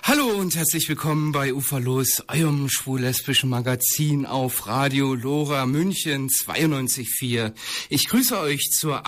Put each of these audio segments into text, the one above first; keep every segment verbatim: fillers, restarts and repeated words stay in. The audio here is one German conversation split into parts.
Hallo und herzlich willkommen bei Uferlos, eurem schwul-lesbischen Magazin auf Radio Lora München zweiundneunzig Komma vier. Ich grüße euch zur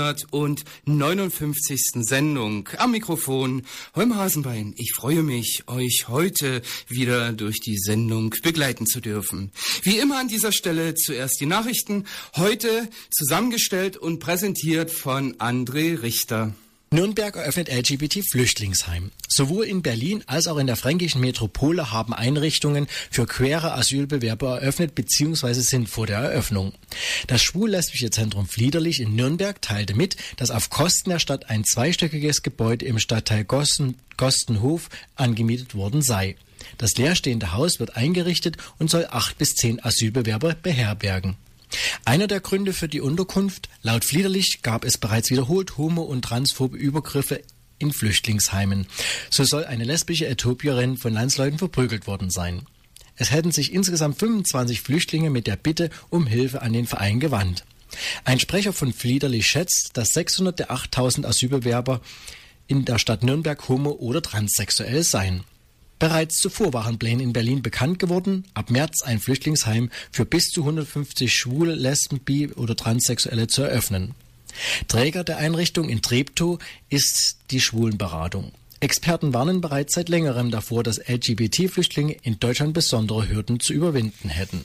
achthundertneunundfünfzigsten Sendung. Am Mikrofon Holm Hasenbein. Ich freue mich, euch heute wieder durch die Sendung begleiten zu dürfen. Wie immer an dieser Stelle zuerst die Nachrichten, heute zusammengestellt und präsentiert von André Richter. Nürnberg eröffnet L G B T-Flüchtlingsheim. Sowohl in Berlin als auch in der fränkischen Metropole haben Einrichtungen für queere Asylbewerber eröffnet bzw. sind vor der Eröffnung. Das schwul-lesbische Zentrum Fliederlich in Nürnberg teilte mit, dass auf Kosten der Stadt ein zweistöckiges Gebäude im Stadtteil Gosten, Gostenhof angemietet worden sei. Das leerstehende Haus wird eingerichtet und soll acht bis zehn Asylbewerber beherbergen. Einer der Gründe für die Unterkunft: laut Fliederlich gab es bereits wiederholt homo- und transphobe Übergriffe in Flüchtlingsheimen. So soll eine lesbische Äthiopierin von Landsleuten verprügelt worden sein. Es hätten sich insgesamt fünfundzwanzig Flüchtlinge mit der Bitte um Hilfe an den Verein gewandt. Ein Sprecher von Fliederlich schätzt, dass sechshundert der achttausend Asylbewerber in der Stadt Nürnberg homo- oder transsexuell seien. Bereits zuvor waren Pläne in Berlin bekannt geworden, ab März ein Flüchtlingsheim für bis zu hundertfünfzig Schwule, Lesben, Bi- oder Transsexuelle zu eröffnen. Träger der Einrichtung in Treptow ist die Schwulenberatung. Experten warnen bereits seit längerem davor, dass L G B T-Flüchtlinge in Deutschland besondere Hürden zu überwinden hätten.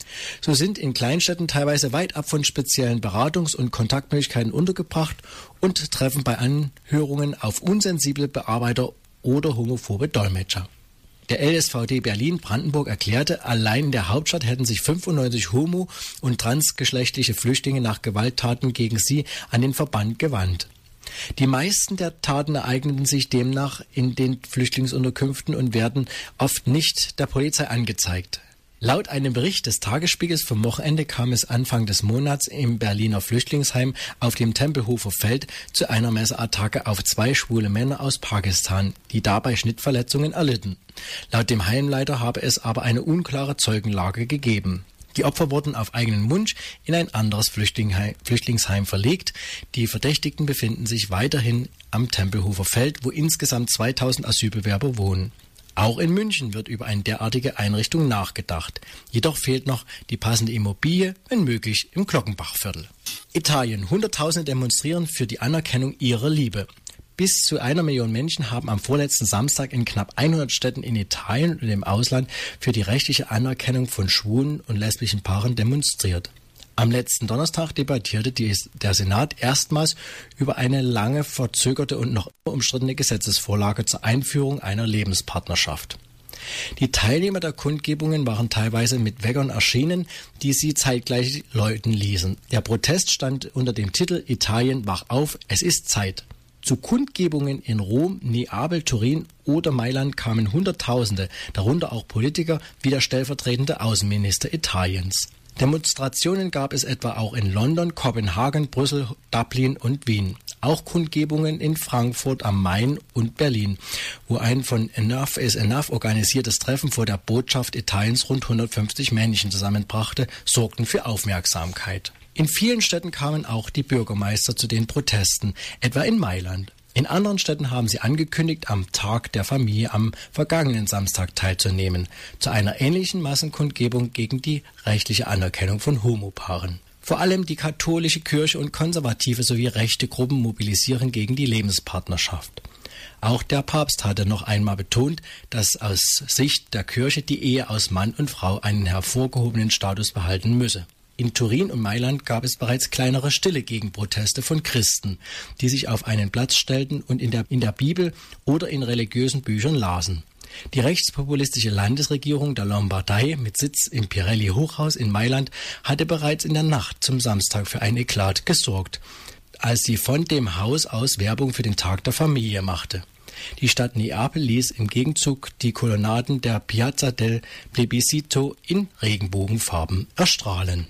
So sind in Kleinstädten teilweise weit ab von speziellen Beratungs- und Kontaktmöglichkeiten untergebracht und treffen bei Anhörungen auf unsensible Bearbeiter oder homophobe Dolmetscher. Der L S V D Berlin-Brandenburg erklärte, allein in der Hauptstadt hätten sich fünfundneunzig homo- und transgeschlechtliche Flüchtlinge nach Gewalttaten gegen sie an den Verband gewandt. Die meisten der Taten ereigneten sich demnach in den Flüchtlingsunterkünften und werden oft nicht der Polizei angezeigt. Laut einem Bericht des Tagesspiegels vom Wochenende kam es Anfang des Monats im Berliner Flüchtlingsheim auf dem Tempelhofer Feld zu einer Messerattacke auf zwei schwule Männer aus Pakistan, die dabei Schnittverletzungen erlitten. Laut dem Heimleiter habe es aber eine unklare Zeugenlage gegeben. Die Opfer wurden auf eigenen Wunsch in ein anderes Flüchtlingsheim, Flüchtlingsheim verlegt. Die Verdächtigten befinden sich weiterhin am Tempelhofer Feld, wo insgesamt zweitausend Asylbewerber wohnen. Auch in München wird über eine derartige Einrichtung nachgedacht. Jedoch fehlt noch die passende Immobilie, wenn möglich im Glockenbachviertel. Italien. Hunderttausende demonstrieren für die Anerkennung ihrer Liebe. Bis zu einer Million Menschen haben am vorletzten Samstag in knapp hundert Städten in Italien und im Ausland für die rechtliche Anerkennung von schwulen und lesbischen Paaren demonstriert. Am letzten Donnerstag debattierte die, der Senat erstmals über eine lange verzögerte und noch immer umstrittene Gesetzesvorlage zur Einführung einer Lebenspartnerschaft. Die Teilnehmer der Kundgebungen waren teilweise mit Weggern erschienen, die sie zeitgleich läuten ließen. Der Protest stand unter dem Titel »Italien, wach auf, es ist Zeit«. Zu Kundgebungen in Rom, Neapel, Turin oder Mailand kamen Hunderttausende, darunter auch Politiker wie der stellvertretende Außenminister Italiens. Demonstrationen gab es etwa auch in London, Kopenhagen, Brüssel, Dublin und Wien. Auch Kundgebungen in Frankfurt am Main und Berlin, wo ein von Enough is Enough organisiertes Treffen vor der Botschaft Italiens rund hundertfünfzig Menschen zusammenbrachte, sorgten für Aufmerksamkeit. In vielen Städten kamen auch die Bürgermeister zu den Protesten, etwa in Mailand. In anderen Städten haben sie angekündigt, am Tag der Familie am vergangenen Samstag teilzunehmen, zu einer ähnlichen Massenkundgebung gegen die rechtliche Anerkennung von Homopaaren. Vor allem die katholische Kirche und konservative sowie rechte Gruppen mobilisieren gegen die Lebenspartnerschaft. Auch der Papst hatte noch einmal betont, dass aus Sicht der Kirche die Ehe aus Mann und Frau einen hervorgehobenen Status behalten müsse. In Turin und Mailand gab es bereits kleinere stille Gegenproteste von Christen, die sich auf einen Platz stellten und in der, in der Bibel oder in religiösen Büchern lasen. Die rechtspopulistische Landesregierung der Lombardei mit Sitz im Pirelli-Hochhaus in Mailand hatte bereits in der Nacht zum Samstag für ein Eklat gesorgt, als sie von dem Haus aus Werbung für den Tag der Familie machte. Die Stadt Neapel ließ im Gegenzug die Kolonnaden der Piazza del Plebiscito in Regenbogenfarben erstrahlen.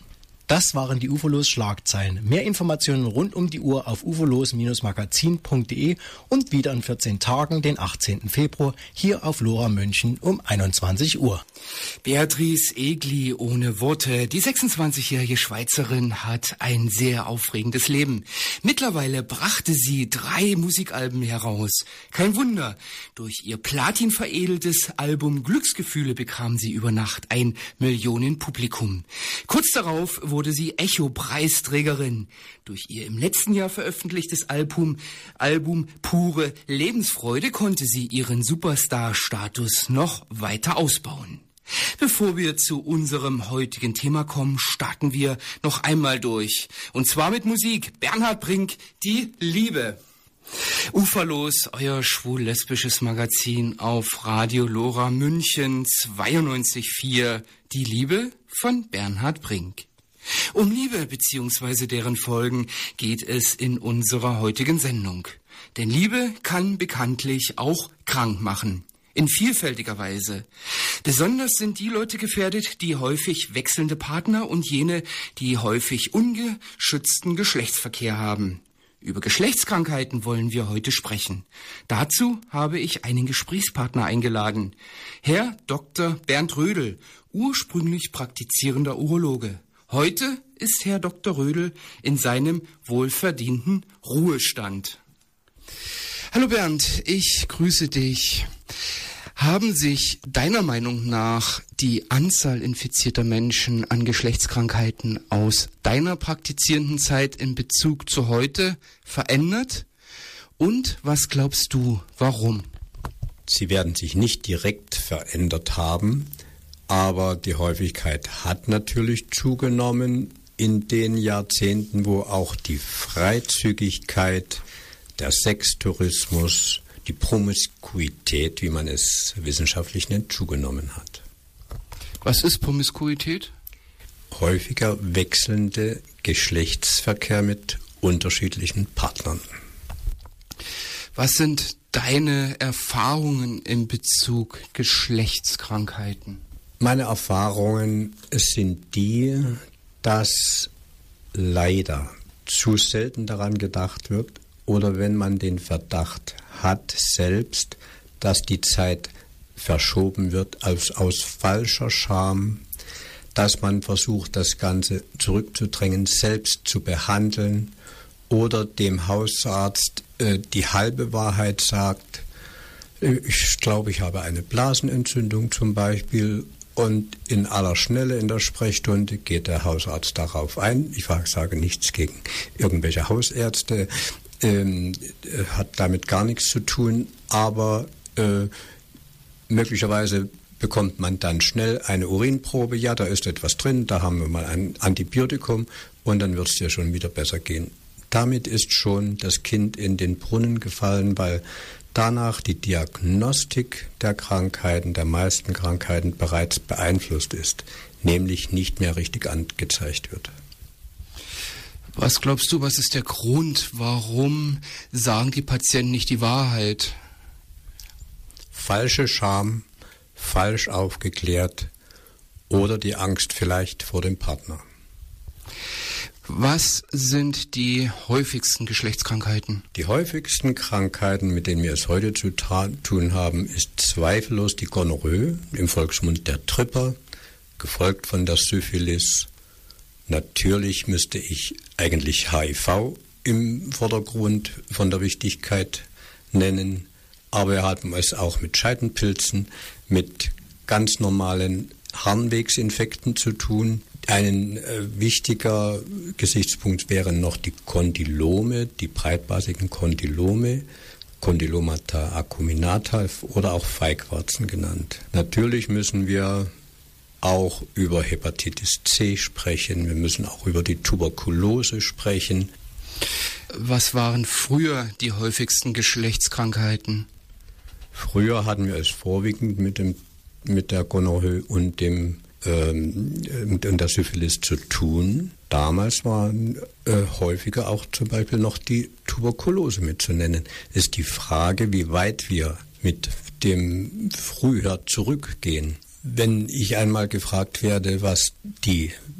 Das waren die Ufolos-Schlagzeilen. Mehr Informationen rund um die Uhr auf ufolos Magazin punkt de und wieder in vierzehn Tagen, den achtzehnten Februar, hier auf Lora München um einundzwanzig Uhr. Beatrice Egli ohne Worte. Die sechsundzwanzigjährige Schweizerin hat ein sehr aufregendes Leben. Mittlerweile brachte sie drei Musikalben heraus. Kein Wunder, durch ihr platinveredeltes Album Glücksgefühle bekam sie über Nacht ein Millionenpublikum. Kurz darauf wurde sie Echo-Preisträgerin. Durch ihr im letzten Jahr veröffentlichtes Album, Album Pure Lebensfreude konnte sie ihren Superstar-Status noch weiter ausbauen. Bevor wir zu unserem heutigen Thema kommen, starten wir noch einmal durch. Und zwar mit Musik. Bernhard Brink, Die Liebe. Uferlos, euer schwul-lesbisches Magazin auf Radio Lora München zweiundneunzig Komma vier. Die Liebe von Bernhard Brink. Um Liebe bzw. deren Folgen geht es in unserer heutigen Sendung. Denn Liebe kann bekanntlich auch krank machen. In vielfältiger Weise. Besonders sind die Leute gefährdet, die häufig wechselnde Partner und jene, die häufig ungeschützten Geschlechtsverkehr haben. Über Geschlechtskrankheiten wollen wir heute sprechen. Dazu habe ich einen Gesprächspartner eingeladen. Herr Doktor Bernd Rödel, ursprünglich praktizierender Urologe. Heute ist Herr Doktor Rödel in seinem wohlverdienten Ruhestand. Hallo Bernd, ich grüße dich. Haben sich deiner Meinung nach die Anzahl infizierter Menschen an Geschlechtskrankheiten aus deiner praktizierenden Zeit in Bezug zu heute verändert? Und was glaubst du, warum? Sie werden sich nicht direkt verändert haben, aber die Häufigkeit hat natürlich zugenommen in den Jahrzehnten, wo auch die Freizügigkeit, der Sextourismus, die Promiskuität, wie man es wissenschaftlich nennt, zugenommen hat. Was ist Promiskuität? Häufiger wechselnde Geschlechtsverkehr mit unterschiedlichen Partnern. Was sind deine Erfahrungen in Bezug Geschlechtskrankheiten? Meine Erfahrungen sind die, dass leider zu selten daran gedacht wird, oder wenn man den Verdacht hat selbst, dass die Zeit verschoben wird aus, aus falscher Scham, dass man versucht, das Ganze zurückzudrängen, selbst zu behandeln oder dem Hausarzt äh, die halbe Wahrheit sagt. Ich glaube, ich habe eine Blasenentzündung zum Beispiel, und in aller Schnelle in der Sprechstunde geht der Hausarzt darauf ein. Ich sage nichts gegen irgendwelche Hausärzte, Ähm, hat damit gar nichts zu tun, aber äh, möglicherweise bekommt man dann schnell eine Urinprobe, ja, da ist etwas drin, da haben wir mal ein Antibiotikum und dann wird es dir schon wieder besser gehen. Damit ist schon das Kind in den Brunnen gefallen, weil danach die Diagnostik der Krankheiten, der meisten Krankheiten bereits beeinflusst ist, nämlich nicht mehr richtig angezeigt wird. Was glaubst du, was ist der Grund, warum sagen die Patienten nicht die Wahrheit? Falsche Scham, falsch aufgeklärt oder die Angst vielleicht vor dem Partner. Was sind die häufigsten Geschlechtskrankheiten? Die häufigsten Krankheiten, mit denen wir es heute zu tun haben, ist zweifellos die Gonorrhoe, im Volksmund der Tripper, gefolgt von der Syphilis. Natürlich müsste ich eigentlich H I V im Vordergrund von der Wichtigkeit nennen, aber wir haben es auch mit Scheidenpilzen, mit ganz normalen Harnwegsinfekten zu tun. Ein äh, wichtiger Gesichtspunkt wären noch die Kondylome, die breitbasigen Kondylome, Condylomata acuminata oder auch Feigwarzen genannt. Natürlich müssen wir auch über Hepatitis C sprechen, wir müssen auch über die Tuberkulose sprechen. Was waren früher die häufigsten Geschlechtskrankheiten? Früher hatten wir es vorwiegend mit dem mit der Gonorrhoe und dem ähm, und der Syphilis zu tun. Damals waren äh, häufiger auch zum Beispiel noch die Tuberkulose mitzunennen. Ist die Frage, wie weit wir mit dem früher zurückgehen. Wenn ich einmal gefragt werde, was die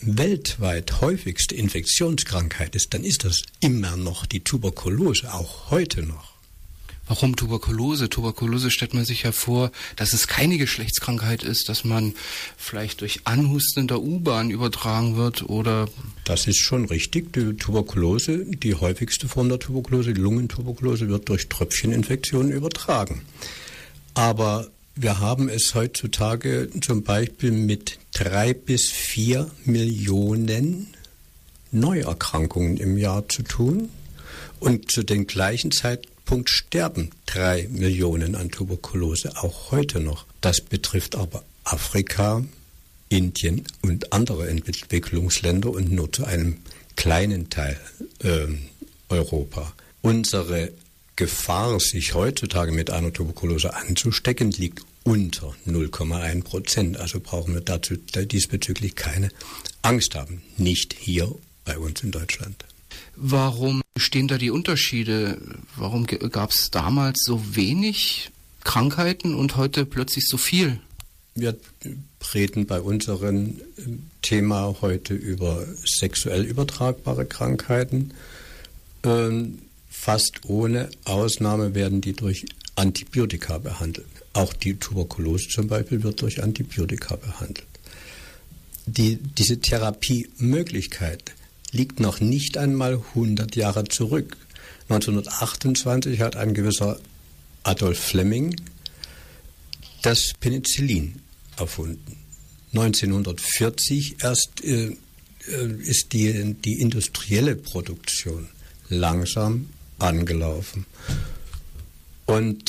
weltweit häufigste Infektionskrankheit ist, dann ist das immer noch die Tuberkulose, auch heute noch. Warum Tuberkulose? Tuberkulose stellt man sich ja vor, dass es keine Geschlechtskrankheit ist, dass man vielleicht durch Anhusten in der U-Bahn übertragen wird oder... Das ist schon richtig. Die Tuberkulose, die häufigste Form der Tuberkulose, die Lungentuberkulose, wird durch Tröpfcheninfektionen übertragen. Aber wir haben es heutzutage zum Beispiel mit drei bis vier Millionen Neuerkrankungen im Jahr zu tun. Und zu dem gleichen Zeitpunkt sterben drei Millionen an Tuberkulose, auch heute noch. Das betrifft aber Afrika, Indien und andere Entwicklungsländer und nur zu einem kleinen Teil äh, Europa. Unsere Gefahr, sich heutzutage mit einer Tuberkulose anzustecken, liegt unter null Komma eins Prozent. Also brauchen wir dazu diesbezüglich keine Angst haben. Nicht hier bei uns in Deutschland. Warum stehen da die Unterschiede? Warum gab es damals so wenig Krankheiten und heute plötzlich so viel? Wir reden bei unserem Thema heute über sexuell übertragbare Krankheiten. Ähm, fast ohne Ausnahme werden die durch Antibiotika behandelt. Auch die Tuberkulose zum Beispiel wird durch Antibiotika behandelt. Die, diese Therapiemöglichkeit liegt noch nicht einmal hundert Jahre zurück. neunzehnhundertachtundzwanzig hat ein gewisser Adolf Fleming das Penicillin erfunden. neunzehnhundertvierzig erst äh, ist die, die industrielle Produktion langsam angelaufen. Und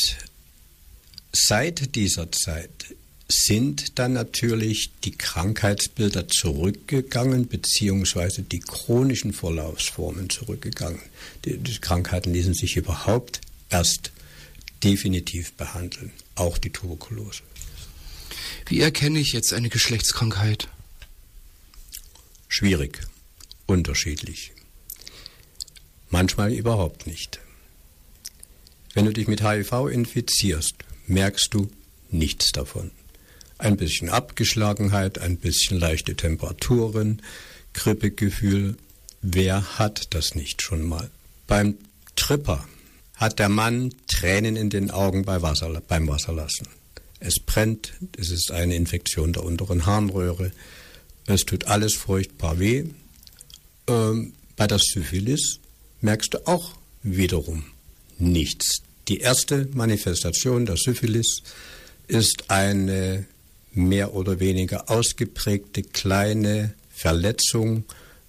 seit dieser Zeit sind dann natürlich die Krankheitsbilder zurückgegangen, beziehungsweise die chronischen Verlaufsformen zurückgegangen. Die, die Krankheiten ließen sich überhaupt erst definitiv behandeln, auch die Tuberkulose. Wie erkenne ich jetzt eine Geschlechtskrankheit? Schwierig, unterschiedlich. Manchmal überhaupt nicht. Wenn du dich mit H I V infizierst, merkst du nichts davon. Ein bisschen Abgeschlagenheit, ein bisschen leichte Temperaturen, Grippegefühl. Wer hat das nicht schon mal? Beim Tripper hat der Mann Tränen in den Augen bei Wasser, beim Wasserlassen. Es brennt, es ist eine Infektion der unteren Harnröhre, es tut alles furchtbar weh. Ähm, bei der Syphilis merkst du auch wiederum nichts. Die erste Manifestation der Syphilis ist eine mehr oder weniger ausgeprägte kleine Verletzung,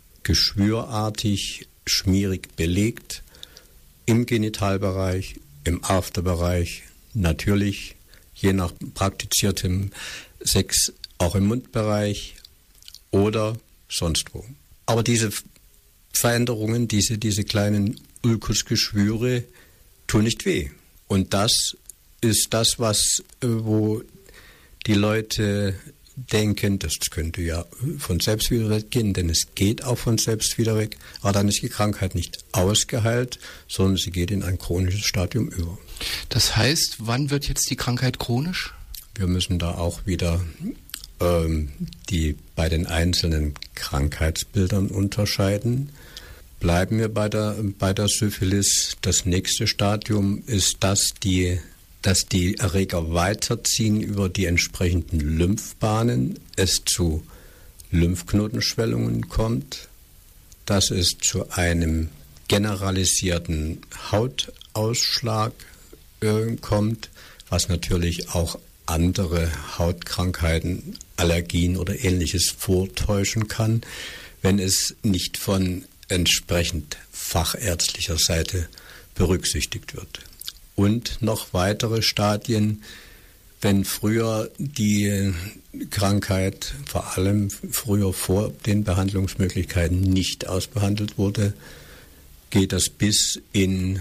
geschwürartig, schmierig belegt, im Genitalbereich, im Afterbereich, natürlich je nach praktiziertem Sex auch im Mundbereich oder sonst wo. Aber diese Veränderungen, diese, diese kleinen Ulkusgeschwüre tun nicht weh. Und das ist das, was, wo die Leute denken, das könnte ja von selbst wieder weggehen, denn es geht auch von selbst wieder weg. Aber dann ist die Krankheit nicht ausgeheilt, sondern sie geht in ein chronisches Stadium über. Das heißt, wann wird jetzt die Krankheit chronisch? Wir müssen da auch wieder ähm, die bei den einzelnen Krankheitsbildern unterscheiden. Bleiben wir bei der, bei der Syphilis. Das nächste Stadium ist, dass die, dass die Erreger weiterziehen über die entsprechenden Lymphbahnen, es zu Lymphknotenschwellungen kommt, dass es zu einem generalisierten Hautausschlag äh, kommt, was natürlich auch andere Hautkrankheiten, Allergien oder Ähnliches vortäuschen kann, wenn es nicht von entsprechend fachärztlicher Seite berücksichtigt wird. Und noch weitere Stadien, wenn früher die Krankheit, vor allem früher vor den Behandlungsmöglichkeiten, nicht ausbehandelt wurde, geht das bis in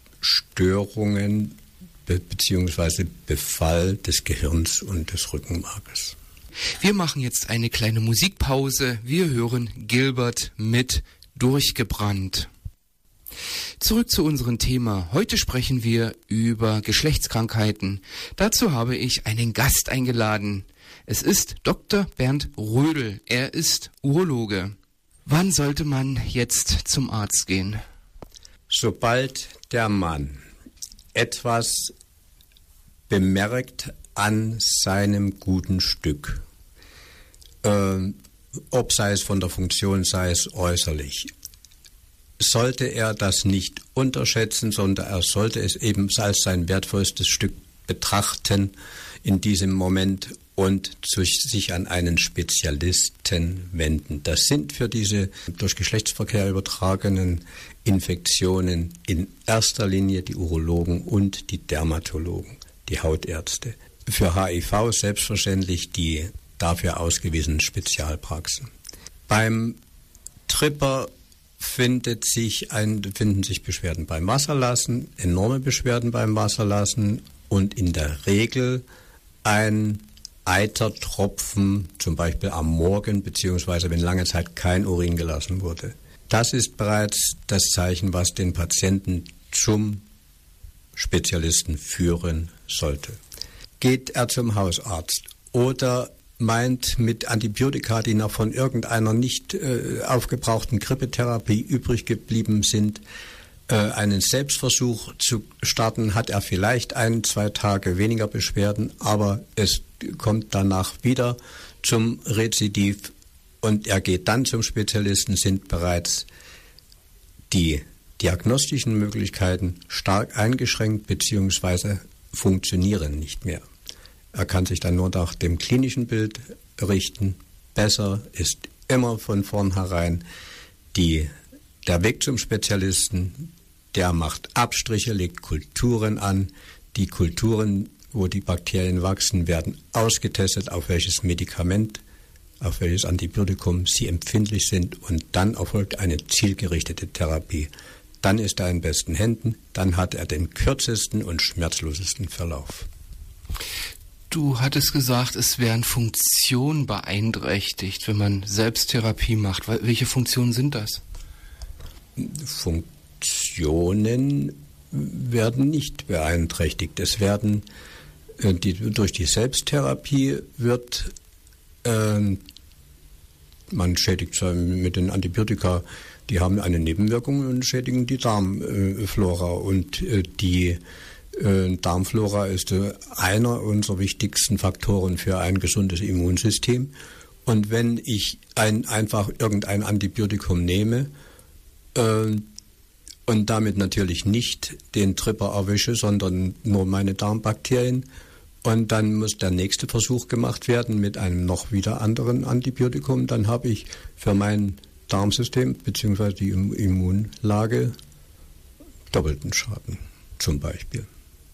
Störungen be- bzw. Befall des Gehirns und des Rückenmarkes. Wir machen jetzt eine kleine Musikpause. Wir hören Gilbert mit Durchgebrannt. Zurück zu unserem Thema. Heute sprechen wir über Geschlechtskrankheiten. Dazu habe ich einen Gast eingeladen. Es ist Doktor Bernd Rödel. Er ist Urologe. Wann sollte man jetzt zum Arzt gehen? Sobald der Mann etwas bemerkt an seinem guten Stück, äh, ob sei es von der Funktion, sei es äußerlich, sollte er das nicht unterschätzen, sondern er sollte es eben als sein wertvollstes Stück betrachten in diesem Moment und sich an einen Spezialisten wenden. Das sind für diese durch Geschlechtsverkehr übertragenen Infektionen in erster Linie die Urologen und die Dermatologen, die Hautärzte. Für H I V selbstverständlich die dafür ausgewiesenen Spezialpraxen. Beim Tripper findet sich ein, finden sich Beschwerden beim Wasserlassen, enorme Beschwerden beim Wasserlassen und in der Regel ein Eitertropfen, zum Beispiel am Morgen, beziehungsweise wenn lange Zeit kein Urin gelassen wurde. Das ist bereits das Zeichen, was den Patienten zum Spezialisten führen sollte. Geht er zum Hausarzt oder meint mit Antibiotika, die noch von irgendeiner nicht äh, aufgebrauchten Grippetherapie übrig geblieben sind, äh, einen Selbstversuch zu starten, hat er vielleicht ein, zwei Tage weniger Beschwerden, aber es kommt danach wieder zum Rezidiv und er geht dann zum Spezialisten, sind bereits die diagnostischen Möglichkeiten stark eingeschränkt bzw. funktionieren nicht mehr. Er kann sich dann nur nach dem klinischen Bild richten. Besser ist immer von vornherein die, der Weg zum Spezialisten. Der macht Abstriche, legt Kulturen an. Die Kulturen, wo die Bakterien wachsen, werden ausgetestet, auf welches Medikament, auf welches Antibiotikum sie empfindlich sind. Und dann erfolgt eine zielgerichtete Therapie. Dann ist er in besten Händen. Dann hat er den kürzesten und schmerzlosesten Verlauf. Du hattest gesagt, es wären Funktionen beeinträchtigt, wenn man Selbsttherapie macht. Welche Funktionen sind das? Funktionen werden nicht beeinträchtigt. Es werden äh, die, durch die Selbsttherapie wird äh, man schädigt mit den Antibiotika, die haben eine Nebenwirkung und schädigen die Darmflora und äh, die Darmflora ist einer unserer wichtigsten Faktoren für ein gesundes Immunsystem. Und wenn ich ein, einfach irgendein Antibiotikum nehme äh, und damit natürlich nicht den Tripper erwische, sondern nur meine Darmbakterien, und dann muss der nächste Versuch gemacht werden mit einem noch wieder anderen Antibiotikum, dann habe ich für mein Darmsystem bzw. die Immunlage doppelten Schaden zum Beispiel.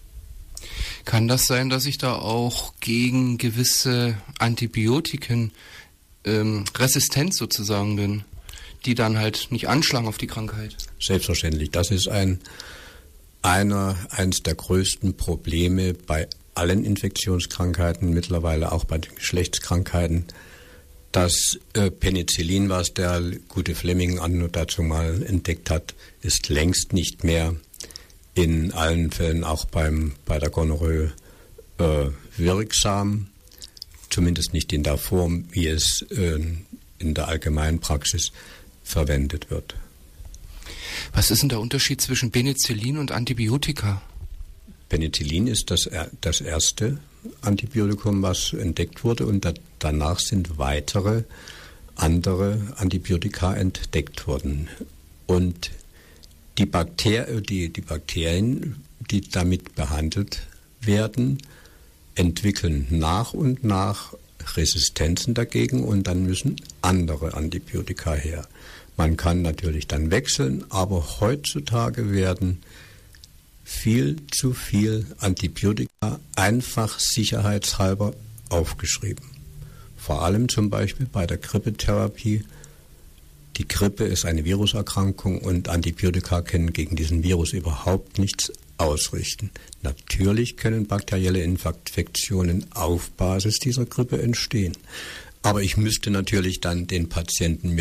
Kann das sein, dass ich da auch gegen gewisse Antibiotiken ähm, resistent sozusagen bin, die dann halt nicht anschlagen auf die Krankheit? Selbstverständlich. Das ist ein, einer, eines der größten Probleme bei allen Infektionskrankheiten, mittlerweile auch bei den Geschlechtskrankheiten. Das äh, Penicillin, was der gute Fleming anno dazu mal entdeckt hat, ist längst nicht mehr in allen Fällen, auch beim, bei der Gonorrhoe, äh, wirksam, zumindest nicht in der Form, wie es äh, in der Allgemeinpraxis verwendet wird. Was ist denn der Unterschied zwischen Penicillin und Antibiotika? Penicillin ist das, das erste Antibiotikum, was entdeckt wurde, und da, danach sind weitere andere Antibiotika entdeckt worden. Und Die, Bakter- die, die Bakterien, die damit behandelt werden, entwickeln nach und nach Resistenzen dagegen und dann müssen andere Antibiotika her. Man kann natürlich dann wechseln, aber heutzutage werden viel zu viel Antibiotika einfach sicherheitshalber aufgeschrieben. Vor allem zum Beispiel bei der Grippetherapie. Die Grippe ist eine Viruserkrankung und Antibiotika können gegen diesen Virus überhaupt nichts ausrichten. Natürlich können bakterielle Infektionen auf Basis dieser Grippe entstehen. Aber ich müsste natürlich dann den Patienten mir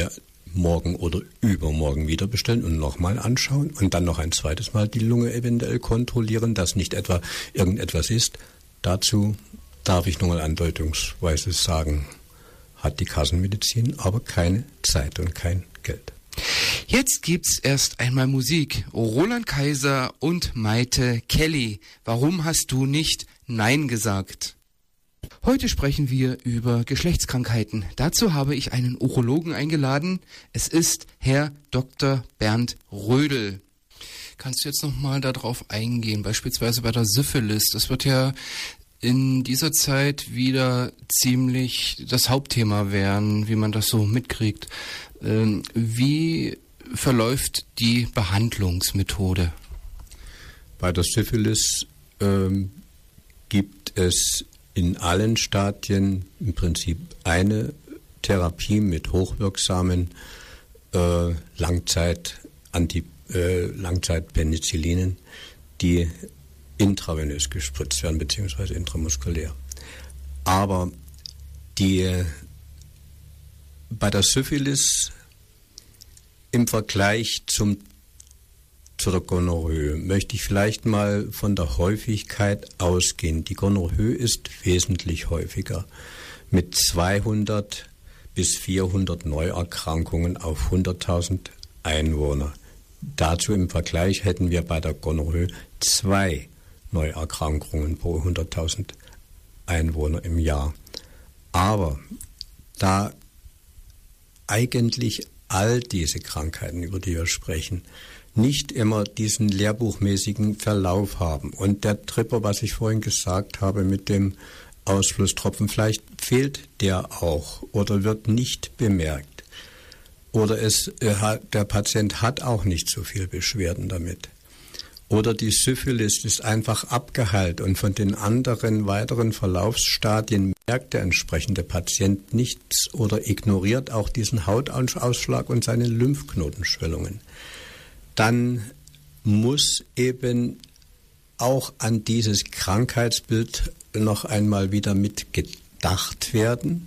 morgen oder übermorgen wieder bestellen und nochmal anschauen und dann noch ein zweites Mal die Lunge eventuell kontrollieren, dass nicht etwa irgendetwas ist. Dazu darf ich nochmal andeutungsweise sagen, hat die Kassenmedizin aber keine Zeit und kein Geld. Jetzt gibt's erst einmal Musik. Roland Kaiser und Maite Kelly. Warum hast du nicht Nein gesagt? Heute sprechen wir über Geschlechtskrankheiten. Dazu habe ich einen Urologen eingeladen. Es ist Herr Doktor Bernd Rödel. Kannst du jetzt nochmal darauf eingehen, beispielsweise bei der Syphilis? Das wird ja in dieser Zeit wieder ziemlich das Hauptthema werden, wie man das so mitkriegt. Ähm, wie verläuft die Behandlungsmethode? Bei der Syphilis ähm, gibt es in allen Stadien im Prinzip eine Therapie mit hochwirksamen äh, Langzeit Anti, äh, Langzeitpenicillinen, die intravenös gespritzt werden, beziehungsweise intramuskulär. Aber die, bei der Syphilis im Vergleich zum, zu der Gonorrhoe möchte ich vielleicht mal von der Häufigkeit ausgehen. Die Gonorrhoe ist wesentlich häufiger, mit zweihundert bis vierhundert Neuerkrankungen auf hunderttausend Einwohner. Dazu im Vergleich hätten wir bei der Gonorrhoe zwei Neuerkrankungen pro hunderttausend Einwohner im Jahr. Aber da eigentlich all diese Krankheiten, über die wir sprechen, nicht immer diesen lehrbuchmäßigen Verlauf haben und der Tripper, was ich vorhin gesagt habe mit dem Ausflusstropfen, vielleicht fehlt der auch oder wird nicht bemerkt oder es, der Patient hat auch nicht so viel Beschwerden damit. Oder die Syphilis ist einfach abgeheilt und von den anderen weiteren Verlaufsstadien merkt der entsprechende Patient nichts oder ignoriert auch diesen Hautausschlag und seine Lymphknotenschwellungen. Dann muss eben auch an dieses Krankheitsbild noch einmal wieder mitgedacht werden,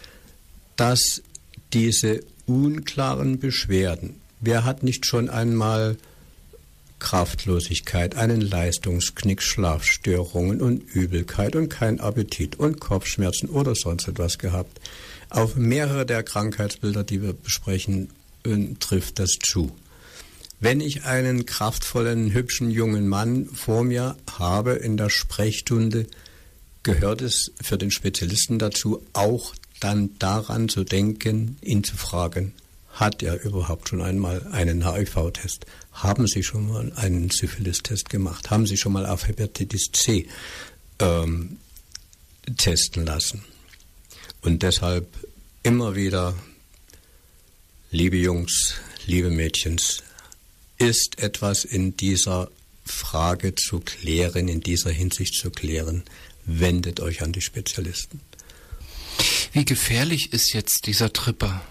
dass diese unklaren Beschwerden, wer hat nicht schon einmal Kraftlosigkeit, einen Leistungsknick, Schlafstörungen und Übelkeit und kein Appetit und Kopfschmerzen oder sonst etwas gehabt. Auf mehrere der Krankheitsbilder, die wir besprechen, trifft das zu. Wenn ich einen kraftvollen, hübschen jungen Mann vor mir habe in der Sprechstunde, gehört es für den Spezialisten dazu, auch dann daran zu denken, ihn zu fragen, hat er überhaupt schon einmal einen H I V-Test? Haben Sie schon mal einen Syphilis-Test gemacht? Haben Sie schon mal auf Hepatitis C ähm, testen lassen? Und deshalb immer wieder, liebe Jungs, liebe Mädchens, ist etwas in dieser Frage zu klären, in dieser Hinsicht zu klären, wendet euch an die Spezialisten. Wie gefährlich ist jetzt dieser Tripper?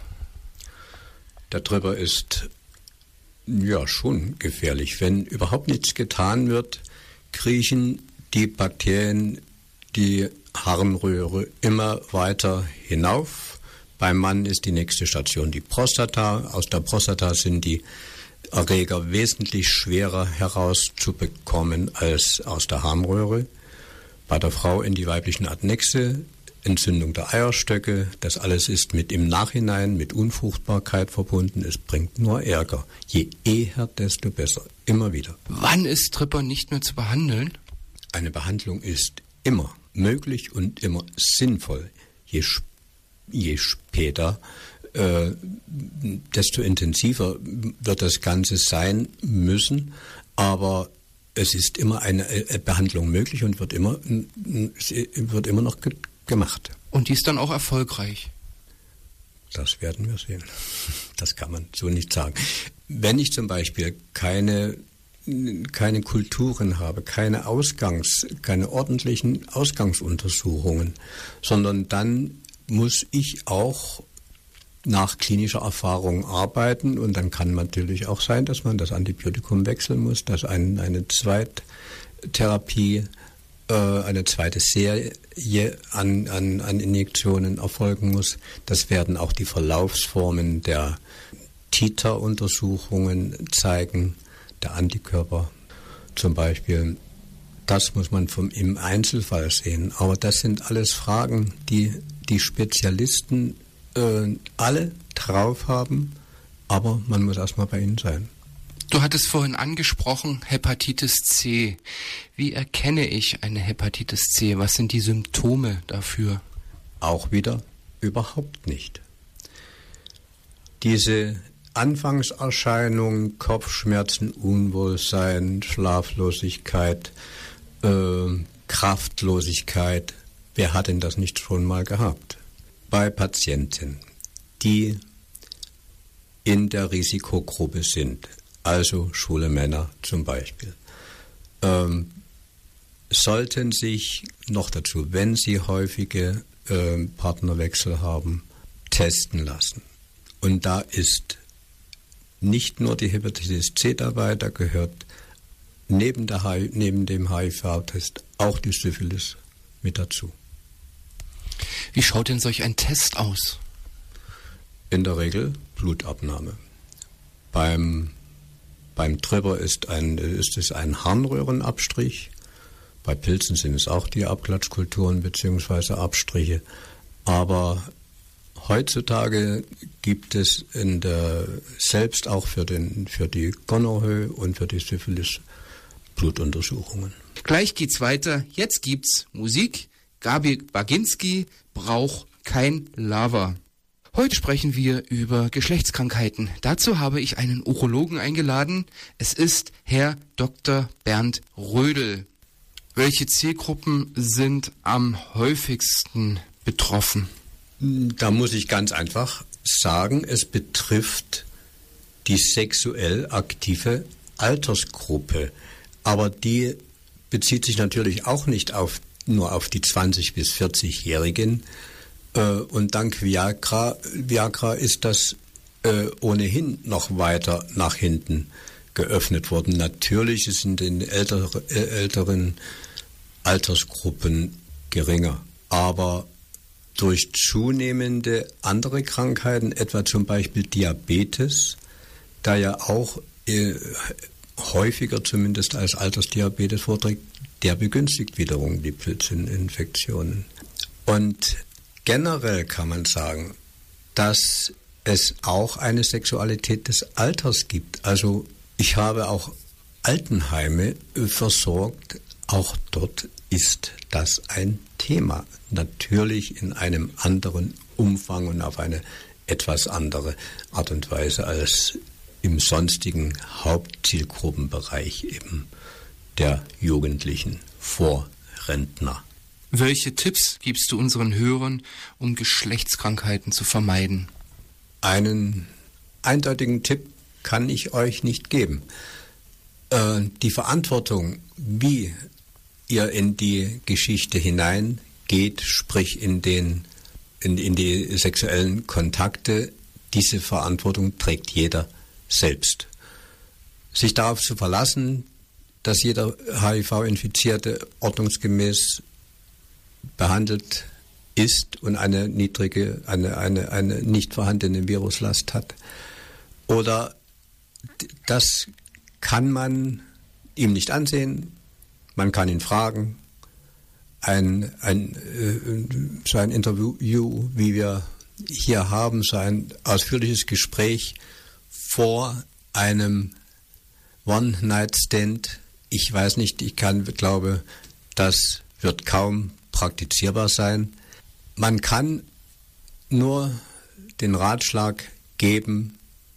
Der Tripper ist ja schon gefährlich. Wenn überhaupt nichts getan wird, kriechen die Bakterien die Harnröhre immer weiter hinauf. Beim Mann ist die nächste Station die Prostata. Aus der Prostata sind die Erreger wesentlich schwerer herauszubekommen als aus der Harnröhre. Bei der Frau in die weiblichen Adnexe, Entzündung der Eierstöcke, das alles ist mit im Nachhinein mit Unfruchtbarkeit verbunden. Es bringt nur Ärger. Je eher, desto besser. Immer wieder. Wann ist Tripper nicht mehr zu behandeln? Eine Behandlung ist immer möglich und immer sinnvoll. Je, je später, äh, desto intensiver wird das Ganze sein müssen. Aber es ist immer eine Behandlung möglich und wird immer, wird immer noch ge- gemacht. Und die ist dann auch erfolgreich? Das werden wir sehen. Das kann man so nicht sagen. Wenn ich zum Beispiel keine, keine Kulturen habe, keine Ausgangs, keine ordentlichen Ausgangsuntersuchungen, sondern dann muss ich auch nach klinischer Erfahrung arbeiten und dann kann natürlich auch sein, dass man das Antibiotikum wechseln muss, dass ein, eine Zweittherapie, äh, eine zweite Serie an, an, an Injektionen erfolgen muss. Das werden auch die Verlaufsformen der, Titer-Untersuchungen zeigen, der Antikörper zum Beispiel. Das muss man vom, im Einzelfall sehen. Aber das sind alles Fragen, die die Spezialisten äh, alle drauf haben, aber man muss erstmal bei ihnen sein. Du hattest vorhin angesprochen, Hepatitis C. Wie erkenne ich eine Hepatitis C? Was sind die Symptome dafür? Auch wieder überhaupt nicht. Diese Anfangserscheinungen, Kopfschmerzen, Unwohlsein, Schlaflosigkeit, äh, Kraftlosigkeit, wer hat denn das nicht schon mal gehabt? Bei Patienten, die in der Risikogruppe sind, also schwule Männer zum Beispiel, ähm, sollten sich noch dazu, wenn sie häufige äh, Partnerwechsel haben, testen lassen. Und da ist nicht nur die Hepatitis C dabei, da gehört neben, der, neben dem H I V-Test auch die Syphilis mit dazu. Wie schaut denn solch ein Test aus? In der Regel Blutabnahme. Beim Beim Tripper ist, ein, ist es ein Harnröhrenabstrich. Bei Pilzen sind es auch die Abklatschkulturen bzw. Abstriche. Aber heutzutage gibt es in der, selbst auch für, den, für die Gonorrhoe und für die Syphilis Blutuntersuchungen. Gleich geht's weiter. Jetzt gibt's Musik. Gabi Baginski, Brauch kein Lava. Heute sprechen wir über Geschlechtskrankheiten. Dazu habe ich einen Urologen eingeladen. Es ist Herr Doktor Bernd Rödel. Welche Zielgruppen sind am häufigsten betroffen? Da muss ich ganz einfach sagen, es betrifft die sexuell aktive Altersgruppe. Aber die bezieht sich natürlich auch nicht auf, nur auf die zwanzig- bis vierzig-Jährigen. Und dank Viagra, Viagra ist das äh, ohnehin noch weiter nach hinten geöffnet worden. Natürlich ist in den älter, äh, älteren Altersgruppen geringer, aber durch zunehmende andere Krankheiten, etwa zum Beispiel Diabetes, da ja auch äh, häufiger zumindest als Altersdiabetes vorträgt, der begünstigt wiederum die Pilzinfektionen. Und generell kann man sagen, dass es auch eine Sexualität des Alters gibt. Also ich habe auch Altenheime versorgt. Auch dort ist das ein Thema. Natürlich in einem anderen Umfang und auf eine etwas andere Art und Weise als im sonstigen Hauptzielgruppenbereich eben der Jugendlichen Vorrentner. Welche Tipps gibst du unseren Hörern, um Geschlechtskrankheiten zu vermeiden? Einen eindeutigen Tipp kann ich euch nicht geben. Äh, die Verantwortung, wie ihr in die Geschichte hineingeht, sprich in, den, in, in die sexuellen Kontakte, diese Verantwortung trägt jeder selbst. Sich darauf zu verlassen, dass jeder H I V-Infizierte ordnungsgemäß behandelt ist und eine niedrige, eine, eine, eine nicht vorhandene Viruslast hat. Oder das kann man ihm nicht ansehen, man kann ihn fragen. Ein, ein, äh, so ein Interview, wie wir hier haben, so ein ausführliches Gespräch vor einem One-Night-Stand. Ich weiß nicht, ich kann, glaube, das wird kaum praktizierbar sein. Man kann nur den Ratschlag geben,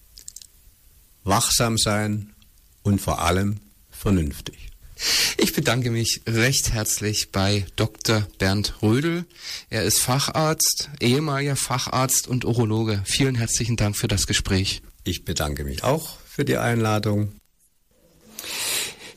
wachsam sein und vor allem vernünftig. Ich bedanke mich recht herzlich bei Doktor Bernd Rödel. Er ist Facharzt, ehemaliger Facharzt und Urologe. Vielen herzlichen Dank für das Gespräch. Ich bedanke mich auch für die Einladung.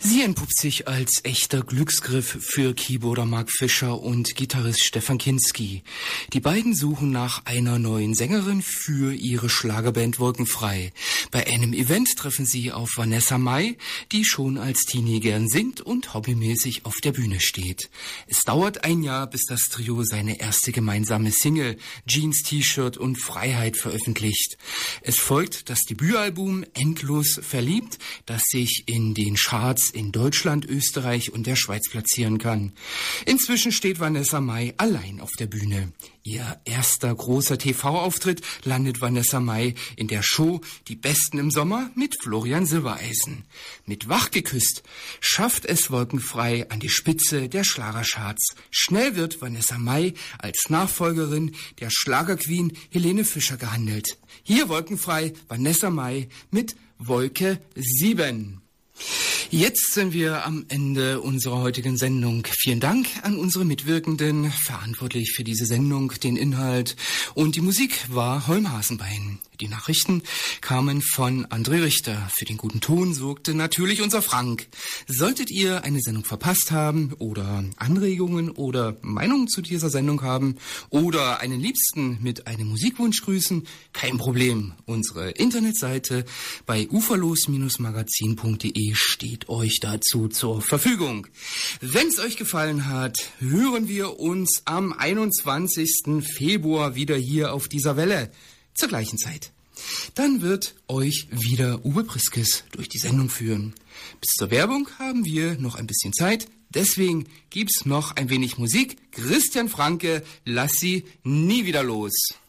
Sie entpuppt sich als echter Glücksgriff für Keyboarder Mark Fischer und Gitarrist Stefan Kinski. Die beiden suchen nach einer neuen Sängerin für ihre Schlagerband Wolkenfrei. Bei einem Event treffen sie auf Vanessa Mai, die schon als Teenie gern singt und hobbymäßig auf der Bühne steht. Es dauert ein Jahr, bis das Trio seine erste gemeinsame Single Jeans, T-Shirt und Freiheit veröffentlicht. Es folgt das Debütalbum Endlos verliebt, das sich in den Charts in Deutschland, Österreich und der Schweiz platzieren kann. Inzwischen steht Vanessa Mai allein auf der Bühne. Ihr erster großer T V-Auftritt landet Vanessa Mai in der Show Die Besten im Sommer mit Florian Silbereisen. Mit Wachgeküsst schafft es Wolkenfrei an die Spitze der Schlagercharts. Schnell wird Vanessa Mai als Nachfolgerin der Schlagerqueen Helene Fischer gehandelt. Hier Wolkenfrei, Vanessa Mai mit Wolke sieben. Jetzt sind wir am Ende unserer heutigen Sendung. Vielen Dank an unsere Mitwirkenden, verantwortlich für diese Sendung, den Inhalt und die Musik war Holm Hasenbein. Die Nachrichten kamen von André Richter. Für den guten Ton sorgte natürlich unser Frank. Solltet ihr eine Sendung verpasst haben oder Anregungen oder Meinungen zu dieser Sendung haben oder einen Liebsten mit einem Musikwunsch grüßen, kein Problem. Unsere Internetseite bei uferlos Magazin punkt de steht euch dazu zur Verfügung. Wenn es euch gefallen hat, hören wir uns am einundzwanzigsten Februar wieder hier auf dieser Welle. Zur gleichen Zeit. Dann wird euch wieder Uwe Priskes durch die Sendung führen. Bis zur Werbung haben wir noch ein bisschen Zeit. Deswegen gibt's noch ein wenig Musik. Christian Franke, lass sie nie wieder los.